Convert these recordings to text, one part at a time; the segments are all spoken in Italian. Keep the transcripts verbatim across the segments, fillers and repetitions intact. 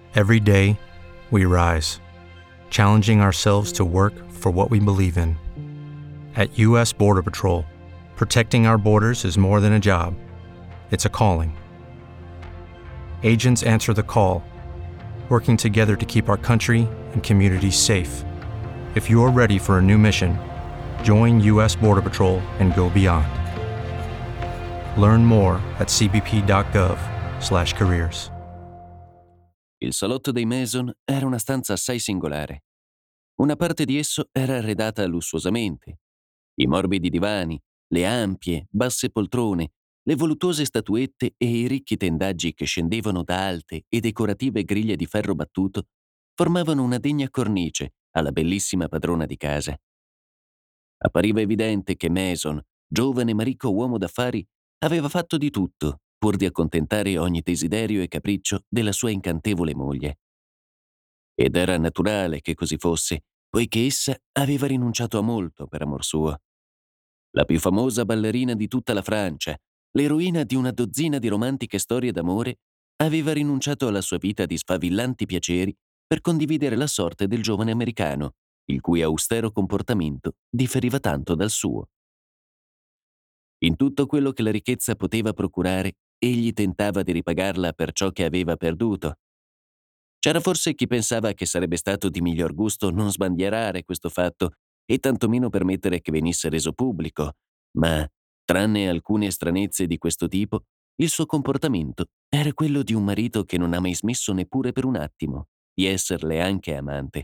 Every day, we rise, challenging ourselves to work for what we believe in. At U S Border Patrol, protecting our borders is more than a job, it's a calling. Agents answer the call, working together to keep our country and communities safe. If you're ready for a new mission, join U S Border Patrol and go beyond. Learn more at c b p dot gov slash careers. Il salotto dei Mason era una stanza assai singolare. Una parte di esso era arredata lussuosamente. I morbidi divani, le ampie, basse poltrone, le voluttuose statuette e i ricchi tendaggi che scendevano da alte e decorative griglie di ferro battuto formavano una degna cornice alla bellissima padrona di casa. Appariva evidente che Mason, giovane ma ricco uomo d'affari, aveva fatto di tutto pur di accontentare ogni desiderio e capriccio della sua incantevole moglie. Ed era naturale che così fosse, poiché essa aveva rinunciato a molto per amor suo. La più famosa ballerina di tutta la Francia, l'eroina di una dozzina di romantiche storie d'amore, aveva rinunciato alla sua vita di sfavillanti piaceri per condividere la sorte del giovane americano, il cui austero comportamento differiva tanto dal suo. In tutto quello che la ricchezza poteva procurare, egli tentava di ripagarla per ciò che aveva perduto. C'era forse chi pensava che sarebbe stato di miglior gusto non sbandierare questo fatto e tantomeno permettere che venisse reso pubblico, ma, tranne alcune stranezze di questo tipo, il suo comportamento era quello di un marito che non ha mai smesso neppure per un attimo di esserle anche amante.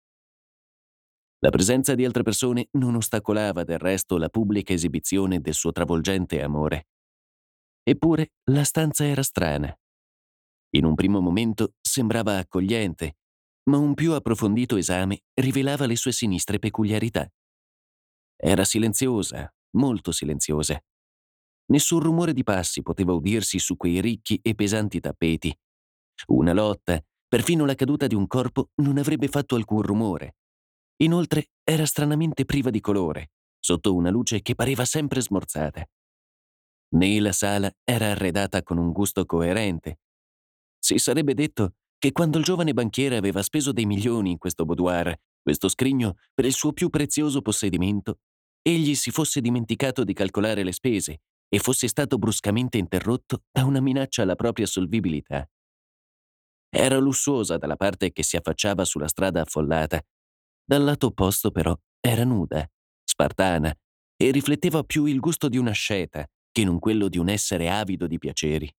La presenza di altre persone non ostacolava del resto la pubblica esibizione del suo travolgente amore. Eppure la stanza era strana. In un primo momento sembrava accogliente, ma un più approfondito esame rivelava le sue sinistre peculiarità. Era silenziosa, molto silenziosa. Nessun rumore di passi poteva udirsi su quei ricchi e pesanti tappeti. Una lotta, perfino la caduta di un corpo, non avrebbe fatto alcun rumore. Inoltre era stranamente priva di colore, sotto una luce che pareva sempre smorzata. Né la sala era arredata con un gusto coerente. Si sarebbe detto che quando il giovane banchiere aveva speso dei milioni in questo boudoir, questo scrigno, per il suo più prezioso possedimento, egli si fosse dimenticato di calcolare le spese e fosse stato bruscamente interrotto da una minaccia alla propria solvibilità. Era lussuosa dalla parte che si affacciava sulla strada affollata. Dal lato opposto, però, era nuda, spartana, e rifletteva più il gusto di un'asceta che non quello di un essere avido di piaceri.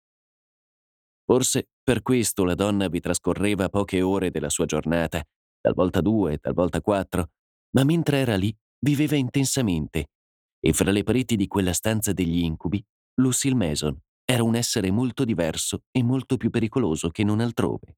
Forse per questo la donna vi trascorreva poche ore della sua giornata, talvolta due, talvolta quattro, ma mentre era lì viveva intensamente, e fra le pareti di quella stanza degli incubi, Lucille Mason era un essere molto diverso e molto più pericoloso che non altrove.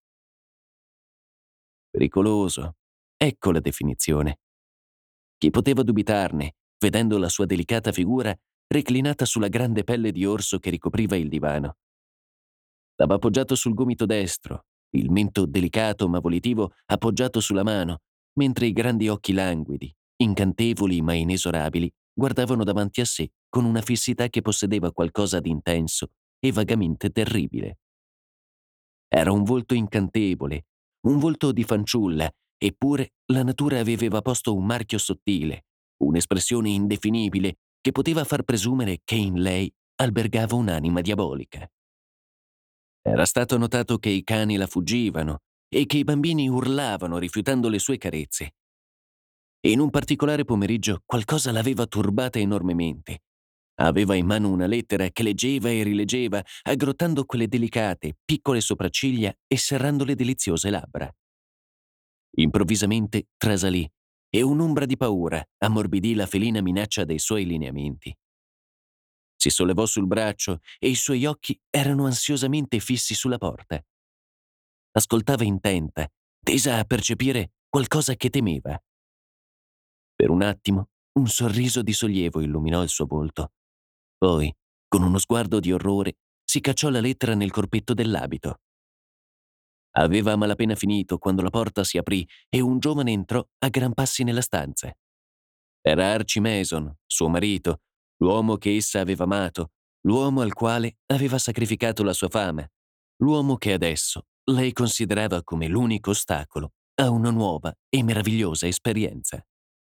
Pericoloso, ecco la definizione. Chi poteva dubitarne, vedendo la sua delicata figura reclinata sulla grande pelle di orso che ricopriva il divano? Stava appoggiato sul gomito destro, il mento delicato ma volitivo appoggiato sulla mano, mentre i grandi occhi languidi, incantevoli ma inesorabili, guardavano davanti a sé con una fissità che possedeva qualcosa di intenso e vagamente terribile. Era un volto incantevole, un volto di fanciulla, eppure la natura aveva posto un marchio sottile, un'espressione indefinibile che poteva far presumere che in lei albergava un'anima diabolica. Era stato notato che i cani la fuggivano e che i bambini urlavano rifiutando le sue carezze. E in un particolare pomeriggio qualcosa l'aveva turbata enormemente. Aveva in mano una lettera che leggeva e rileggeva, aggrottando quelle delicate, piccole sopracciglia e serrando le deliziose labbra. Improvvisamente trasalì e un'ombra di paura ammorbidì la felina minaccia dei suoi lineamenti. Si sollevò sul braccio e i suoi occhi erano ansiosamente fissi sulla porta. Ascoltava intenta, tesa a percepire qualcosa che temeva. Per un attimo, un sorriso di sollievo illuminò il suo volto. Poi, con uno sguardo di orrore, si cacciò la lettera nel corpetto dell'abito. Aveva a malapena finito quando la porta si aprì e un giovane entrò a gran passi nella stanza. Era Archie Mason, suo marito, l'uomo che essa aveva amato, l'uomo al quale aveva sacrificato la sua fama, l'uomo che adesso lei considerava come l'unico ostacolo a una nuova e meravigliosa esperienza.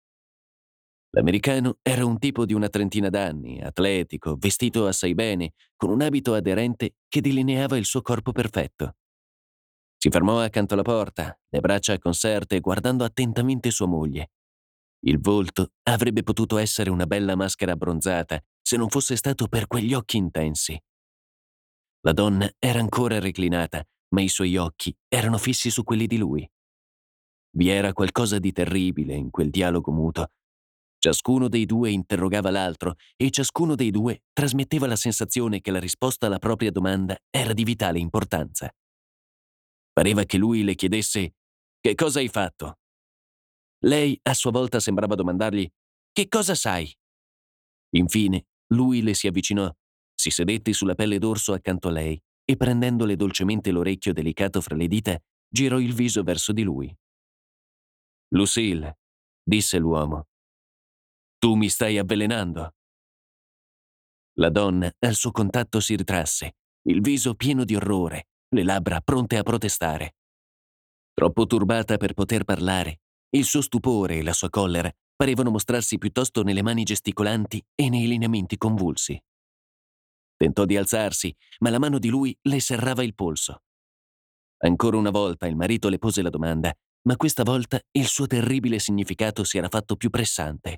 L'americano era un tipo di una trentina d'anni, atletico, vestito assai bene, con un abito aderente che delineava il suo corpo perfetto. Si fermò accanto alla porta, le braccia conserte, guardando attentamente sua moglie. Il volto avrebbe potuto essere una bella maschera abbronzata se non fosse stato per quegli occhi intensi. La donna era ancora reclinata, ma i suoi occhi erano fissi su quelli di lui. Vi era qualcosa di terribile in quel dialogo muto. Ciascuno dei due interrogava l'altro e ciascuno dei due trasmetteva la sensazione che la risposta alla propria domanda era di vitale importanza. Pareva che lui le chiedesse: «Che cosa hai fatto?» Lei a sua volta sembrava domandargli: «Che cosa sai?» Infine, lui le si avvicinò, si sedette sulla pelle d'orso accanto a lei e prendendole dolcemente l'orecchio delicato fra le dita, girò il viso verso di lui. «Lucille», disse l'uomo, «tu mi stai avvelenando». La donna al suo contatto si ritrasse, il viso pieno di orrore, le labbra pronte a protestare. Troppo turbata per poter parlare, il suo stupore e la sua collera parevano mostrarsi piuttosto nelle mani gesticolanti e nei lineamenti convulsi. Tentò di alzarsi, ma la mano di lui le serrava il polso. Ancora una volta il marito le pose la domanda, ma questa volta il suo terribile significato si era fatto più pressante.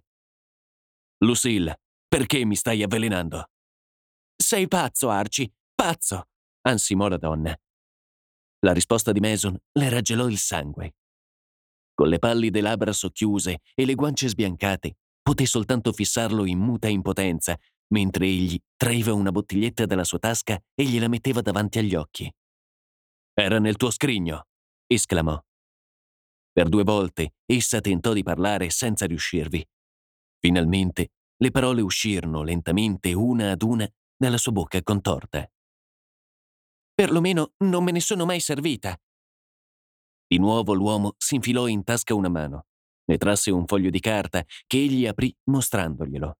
«Lucille, perché mi stai avvelenando?» «Sei pazzo, Archie, pazzo!» ansimò la donna. La risposta di Mason le raggelò il sangue. Con le pallide labbra socchiuse e le guance sbiancate, poté soltanto fissarlo in muta impotenza, mentre egli traeva una bottiglietta dalla sua tasca e gliela metteva davanti agli occhi. «Era nel tuo scrigno!» esclamò. Per due volte essa tentò di parlare senza riuscirvi. Finalmente le parole uscirono lentamente una ad una dalla sua bocca contorta. «Perlomeno non me ne sono mai servita!» Di nuovo l'uomo si infilò in tasca una mano. Ne trasse un foglio di carta che egli aprì mostrandoglielo.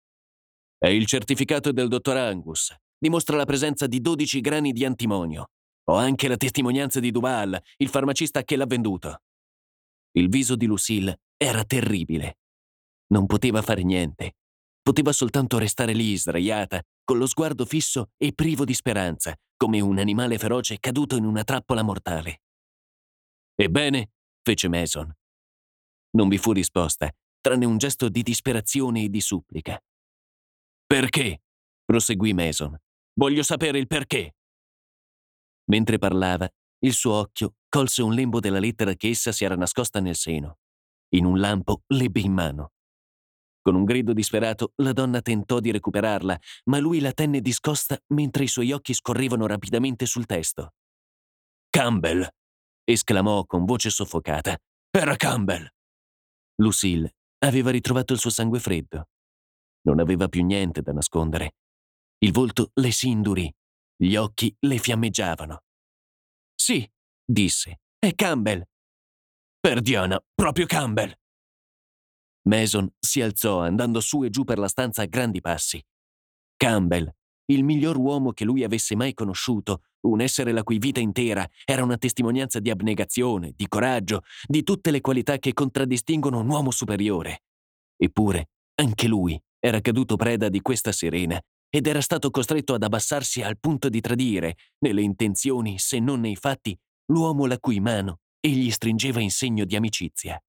«È il certificato del dottor Angus. Dimostra la presenza di dodici grani di antimonio. Ho anche la testimonianza di Duval, il farmacista che l'ha venduto». Il viso di Lucille era terribile. Non poteva fare niente. Poteva soltanto restare lì sdraiata, con lo sguardo fisso e privo di speranza, come un animale feroce caduto in una trappola mortale. «Ebbene?» fece Mason. Non vi fu risposta, tranne un gesto di disperazione e di supplica. «Perché?» proseguì Mason. «Voglio sapere il perché!» Mentre parlava, il suo occhio colse un lembo della lettera che essa si era nascosta nel seno. In un lampo l'ebbe in mano. Con un grido disperato, la donna tentò di recuperarla, ma lui la tenne discosta mentre i suoi occhi scorrevano rapidamente sul testo. «Campbell!» esclamò con voce soffocata. «Era Campbell!» Lucille aveva ritrovato il suo sangue freddo. Non aveva più niente da nascondere. Il volto le si indurì, gli occhi le fiammeggiavano. «Sì», disse, «è Campbell!» «Per Diana, proprio Campbell!» Mason si alzò andando su e giù per la stanza a grandi passi. Campbell, il miglior uomo che lui avesse mai conosciuto, un essere la cui vita intera era una testimonianza di abnegazione, di coraggio, di tutte le qualità che contraddistinguono un uomo superiore. Eppure, anche lui era caduto preda di questa sirena ed era stato costretto ad abbassarsi al punto di tradire, nelle intenzioni se non nei fatti, l'uomo la cui mano egli stringeva in segno di amicizia.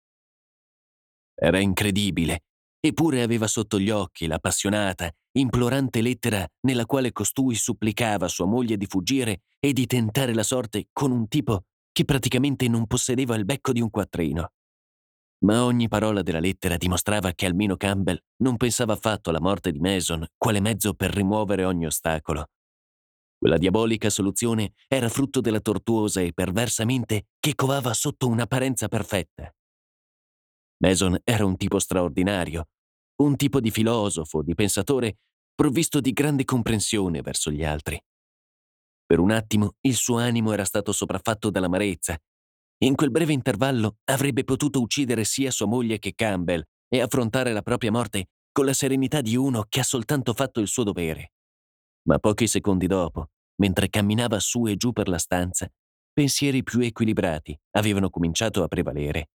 Era incredibile, eppure aveva sotto gli occhi l'appassionata, implorante lettera nella quale costui supplicava sua moglie di fuggire e di tentare la sorte con un tipo che praticamente non possedeva il becco di un quattrino. Ma ogni parola della lettera dimostrava che almeno Campbell non pensava affatto alla morte di Mason quale mezzo per rimuovere ogni ostacolo. Quella diabolica soluzione era frutto della tortuosa e perversa mente che covava sotto un'apparenza perfetta. Mason era un tipo straordinario, un tipo di filosofo, di pensatore, provvisto di grande comprensione verso gli altri. Per un attimo il suo animo era stato sopraffatto dall'amarezza. In quel breve intervallo avrebbe potuto uccidere sia sua moglie che Campbell e affrontare la propria morte con la serenità di uno che ha soltanto fatto il suo dovere. Ma pochi secondi dopo, mentre camminava su e giù per la stanza, pensieri più equilibrati avevano cominciato a prevalere.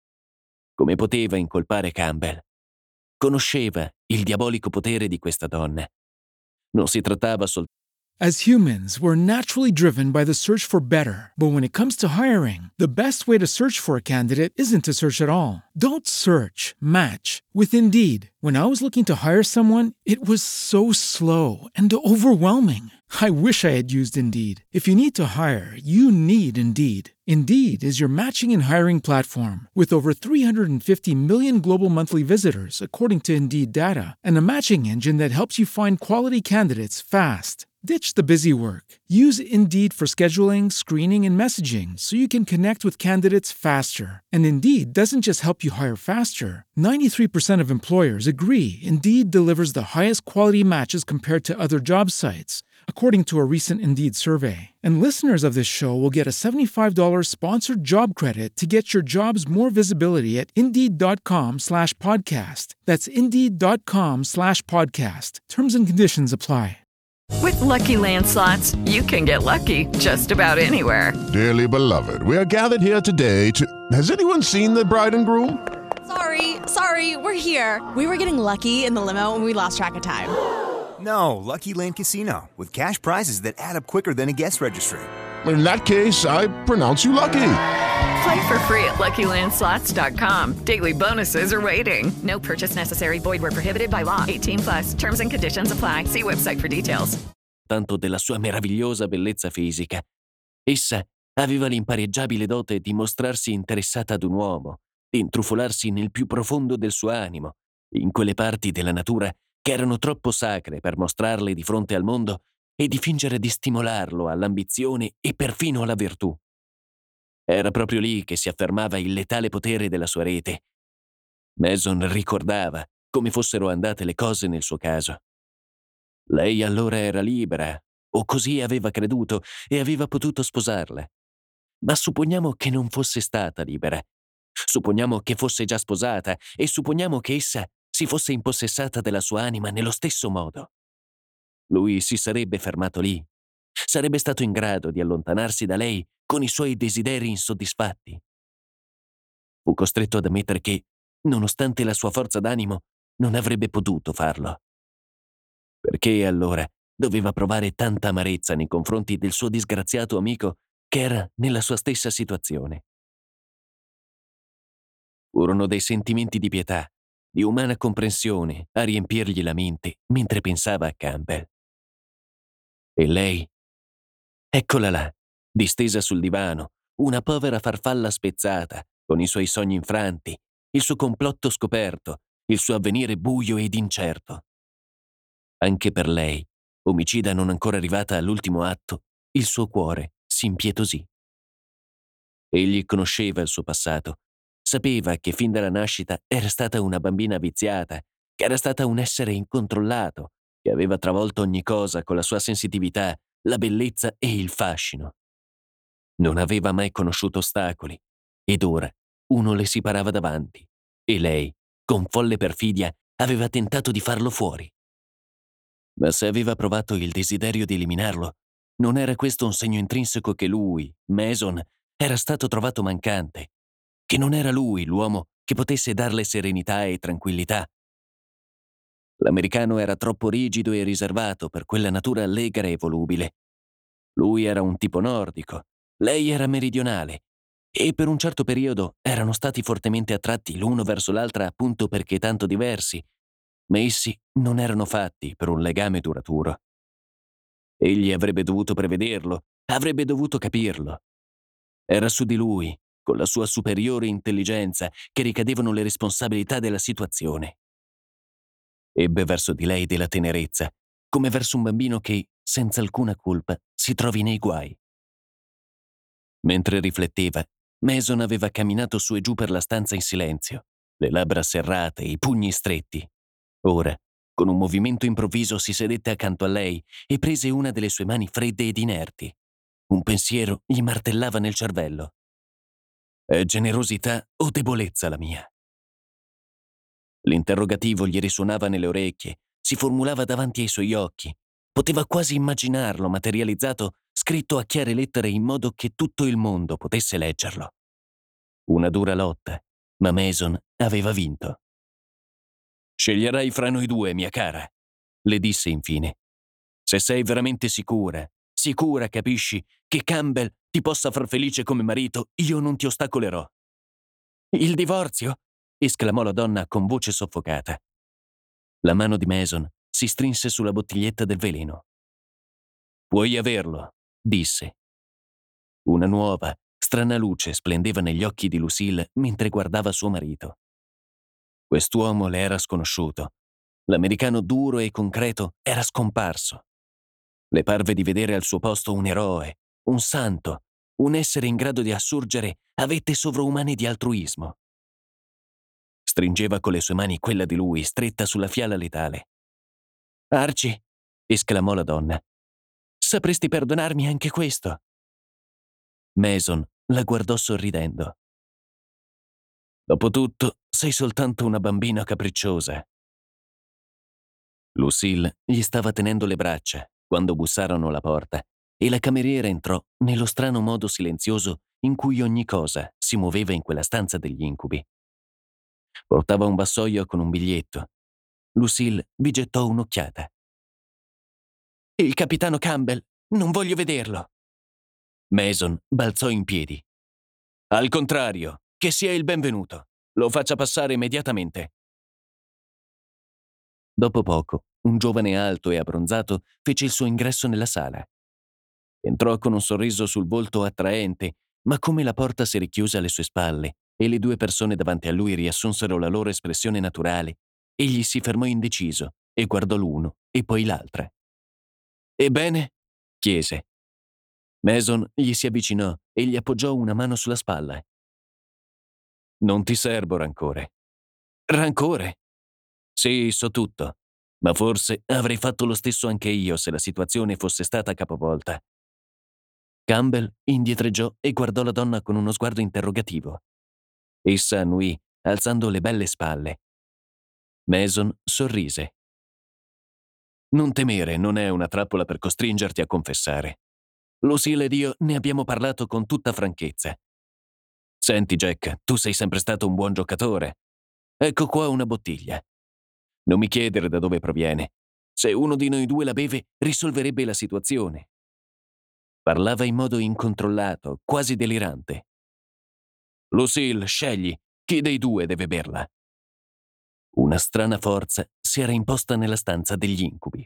Come poteva incolpare Campbell? Conosceva il diabolico potere di questa donna. Non si trattava soltanto. As humans, we're naturally driven by the search for better. But when it comes to hiring, the best way to search for a candidate isn't to search at all. Don't search, match with Indeed. When I was looking to hire someone, it was so slow and overwhelming. I wish I had used Indeed. If you need to hire, you need Indeed. Indeed is your matching and hiring platform with over three hundred fifty million global monthly visitors, according to Indeed data, and a matching engine that helps you find quality candidates fast. Ditch the busy work. Use Indeed for scheduling, screening, and messaging so you can connect with candidates faster. And Indeed doesn't just help you hire faster. ninety-three percent of employers agree Indeed delivers the highest quality matches compared to other job sites, according to a recent Indeed survey. And listeners of this show will get a seventy-five dollars sponsored job credit to get your jobs more visibility at Indeed.com slash podcast. That's Indeed.com slash podcast. Terms and conditions apply. With Lucky Land Slots, you can get lucky just about anywhere. Dearly beloved, we are gathered here today to... Has anyone seen the bride and groom? Sorry, sorry, we're here. We were getting lucky in the limo and we lost track of time. No, Lucky Land Casino, with cash prizes that add up quicker than a guest registry. In that case, I pronounce you lucky. Play for free at Lucky Land Slots dot com. Daily bonuses are waiting. No purchase necessary. Void where prohibited by law. eighteen plus. Terms and conditions apply. See website for details. Tanto della sua meravigliosa bellezza fisica. Essa aveva l'impareggiabile dote di mostrarsi interessata ad un uomo, di intrufolarsi nel più profondo del suo animo, in quelle parti della natura che erano troppo sacre per mostrarle di fronte al mondo e di fingere di stimolarlo all'ambizione e perfino alla virtù. Era proprio lì che si affermava il letale potere della sua rete. Mason ricordava come fossero andate le cose nel suo caso. Lei allora era libera, o così aveva creduto, e aveva potuto sposarla. Ma supponiamo che non fosse stata libera. Supponiamo che fosse già sposata e supponiamo che essa si fosse impossessata della sua anima nello stesso modo. Lui si sarebbe fermato lì. Sarebbe stato in grado di allontanarsi da lei con i suoi desideri insoddisfatti. Fu costretto ad ammettere che, nonostante la sua forza d'animo, non avrebbe potuto farlo. Perché allora doveva provare tanta amarezza nei confronti del suo disgraziato amico che era nella sua stessa situazione? Furono dei sentimenti di pietà, di umana comprensione a riempirgli la mente mentre pensava a Campbell. E lei? Eccola là, distesa sul divano, una povera farfalla spezzata, con i suoi sogni infranti, il suo complotto scoperto, il suo avvenire buio ed incerto. Anche per lei, omicida non ancora arrivata all'ultimo atto, il suo cuore si impietosì. Egli conosceva il suo passato, sapeva che fin dalla nascita era stata una bambina viziata, che era stata un essere incontrollato, che aveva travolto ogni cosa con la sua sensitività, la bellezza e il fascino. Non aveva mai conosciuto ostacoli, ed ora uno le si parava davanti, e lei, con folle perfidia, aveva tentato di farlo fuori. Ma se aveva provato il desiderio di eliminarlo, non era questo un segno intrinseco che lui, Mason, era stato trovato mancante, che non era lui l'uomo che potesse darle serenità e tranquillità? L'americano era troppo rigido e riservato per quella natura allegra e volubile. Lui era un tipo nordico, lei era meridionale, e per un certo periodo erano stati fortemente attratti l'uno verso l'altra appunto perché tanto diversi, ma essi non erano fatti per un legame duraturo. Egli avrebbe dovuto prevederlo, avrebbe dovuto capirlo. Era su di lui, con la sua superiore intelligenza, che ricadevano le responsabilità della situazione. Ebbe verso di lei della tenerezza, come verso un bambino che, senza alcuna colpa, si trovi nei guai. Mentre rifletteva, Mason aveva camminato su e giù per la stanza in silenzio, le labbra serrate, i pugni stretti. Ora, con un movimento improvviso, si sedette accanto a lei e prese una delle sue mani fredde ed inerti. Un pensiero gli martellava nel cervello. È generosità o debolezza la mia? L'interrogativo gli risuonava nelle orecchie, si formulava davanti ai suoi occhi, Poteva quasi immaginarlo materializzato, scritto a chiare lettere in modo che tutto il mondo potesse leggerlo. Una dura lotta, ma Mason aveva vinto. «Sceglierai fra noi due, mia cara», le disse infine. «Se sei veramente sicura, sicura, capisci, che Campbell ti possa far felice come marito, io non ti ostacolerò». «Il divorzio?» esclamò la donna con voce soffocata. La mano di Mason si strinse sulla bottiglietta del veleno. «Puoi averlo», disse. Una nuova, strana luce splendeva negli occhi di Lucille mentre guardava suo marito. Quest'uomo le era sconosciuto. L'americano duro e concreto era scomparso. Le parve di vedere al suo posto un eroe, un santo, un essere in grado di assurgere a vette sovraumane di altruismo. Stringeva con le sue mani quella di lui, stretta sulla fiala letale. «Archie», esclamò la donna, «sapresti perdonarmi anche questo?» Mason la guardò sorridendo. «Dopotutto, sei soltanto una bambina capricciosa». Lucille gli stava tenendo le braccia quando bussarono alla porta e la cameriera entrò nello strano modo silenzioso in cui ogni cosa si muoveva in quella stanza degli incubi. Portava un vassoio con un biglietto. Lucille vi gettò un'occhiata. «Il capitano Campbell, non voglio vederlo!» Mason balzò in piedi. «Al contrario, che sia il benvenuto. Lo faccia passare immediatamente». Dopo poco, un giovane alto e abbronzato fece il suo ingresso nella sala. Entrò con un sorriso sul volto attraente, ma come la porta si richiuse alle sue spalle e le due persone davanti a lui riassunsero la loro espressione naturale, egli si fermò indeciso e guardò l'uno e poi l'altra. «Ebbene?» chiese. Mason gli si avvicinò e gli appoggiò una mano sulla spalla. «Non ti serbo rancore». «Rancore?» «Sì, so tutto, ma forse avrei fatto lo stesso anche io se la situazione fosse stata capovolta». Campbell indietreggiò e guardò la donna con uno sguardo interrogativo. Essa annuì, alzando le belle spalle. Mason sorrise. «Non temere, non è una trappola per costringerti a confessare. Lucille ed io ne abbiamo parlato con tutta franchezza. Senti, Jack, tu sei sempre stato un buon giocatore. Ecco qua una bottiglia. Non mi chiedere da dove proviene. Se uno di noi due la beve, risolverebbe la situazione». Parlava in modo incontrollato, quasi delirante. «Lucille, scegli, chi dei due deve berla?» Una strana forza si era imposta nella stanza degli incubi.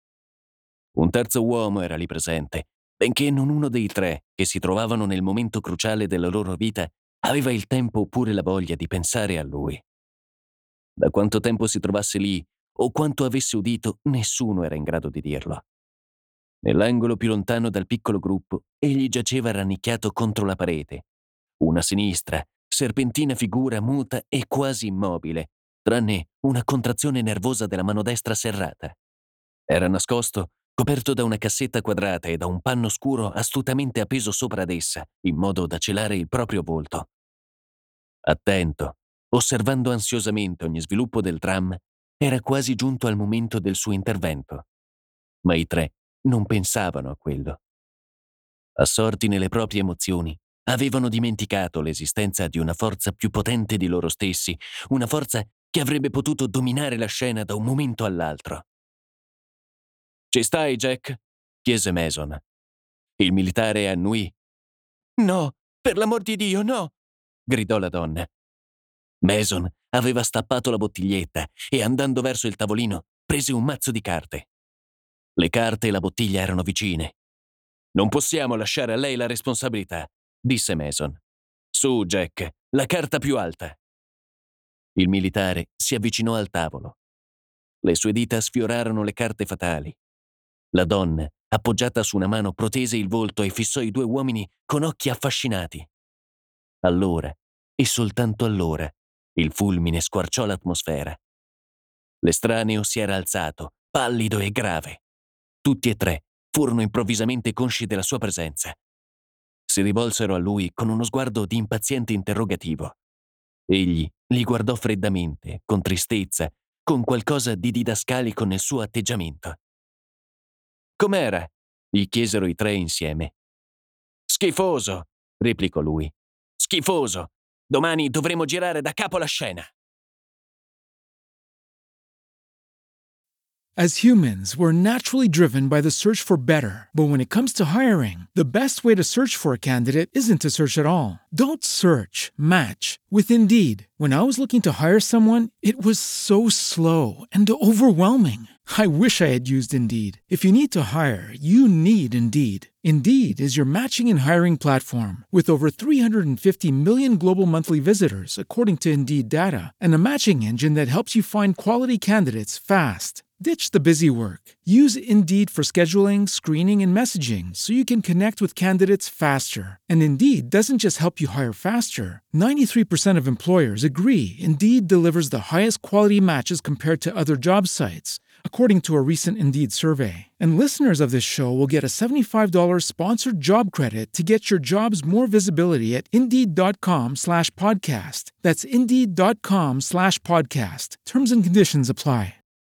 Un terzo uomo era lì presente, benché non uno dei tre che si trovavano nel momento cruciale della loro vita aveva il tempo oppure la voglia di pensare a lui. Da quanto tempo si trovasse lì o quanto avesse udito, nessuno era in grado di dirlo. Nell'angolo più lontano dal piccolo gruppo, egli giaceva rannicchiato contro la parete. Una sinistra, serpentina figura muta e quasi immobile, tranne una contrazione nervosa della mano destra serrata. Era nascosto, coperto da una cassetta quadrata e da un panno scuro astutamente appeso sopra ad essa, in modo da celare il proprio volto. Attento, osservando ansiosamente ogni sviluppo del dramma, era quasi giunto al momento del suo intervento. Ma i tre non pensavano a quello. Assorti nelle proprie emozioni, avevano dimenticato l'esistenza di una forza più potente di loro stessi, una forza che avrebbe potuto dominare la scena da un momento all'altro. «Ci stai, Jack?» chiese Mason. Il militare annuì. «No, per l'amor di Dio, no!» gridò la donna. Mason aveva stappato la bottiglietta e, andando verso il tavolino, prese un mazzo di carte. Le carte e la bottiglia erano vicine. «Non possiamo lasciare a lei la responsabilità», disse Mason. «Su, Jack, la carta più alta». Il militare si avvicinò al tavolo. Le sue dita sfiorarono le carte fatali. La donna, appoggiata su una mano, protese il volto e fissò i due uomini con occhi affascinati. Allora, e soltanto allora, il fulmine squarciò l'atmosfera. L'estraneo si era alzato, pallido e grave. Tutti e tre furono improvvisamente consci della sua presenza. Si rivolsero a lui con uno sguardo di impaziente interrogativo. Egli li guardò freddamente, con tristezza, con qualcosa di didascalico nel suo atteggiamento. Com'era? Gli chiesero i tre insieme. Schifoso, replicò lui. Schifoso. Domani dovremo girare da capo la scena. As humans, we're naturally driven by the search for better. But when it comes to hiring, the best way to search for a candidate isn't to search at all. Don't search, match with Indeed. When I was looking to hire someone, it was so slow and overwhelming. I wish I had used Indeed. If you need to hire, you need Indeed. Indeed is your matching and hiring platform with over three hundred fifty million global monthly visitors, according to Indeed data, and a matching engine that helps you find quality candidates fast. Ditch the busy work. Use Indeed for scheduling, screening, and messaging so you can connect with candidates faster. And Indeed doesn't just help you hire faster. ninety-three percent of employers agree Indeed delivers the highest quality matches compared to other job sites, according to a recent Indeed survey. And listeners of this show will get a seventy-five dollars sponsored job credit to get your jobs more visibility at Indeed.com slash podcast. That's Indeed.com slash podcast. Terms and conditions apply.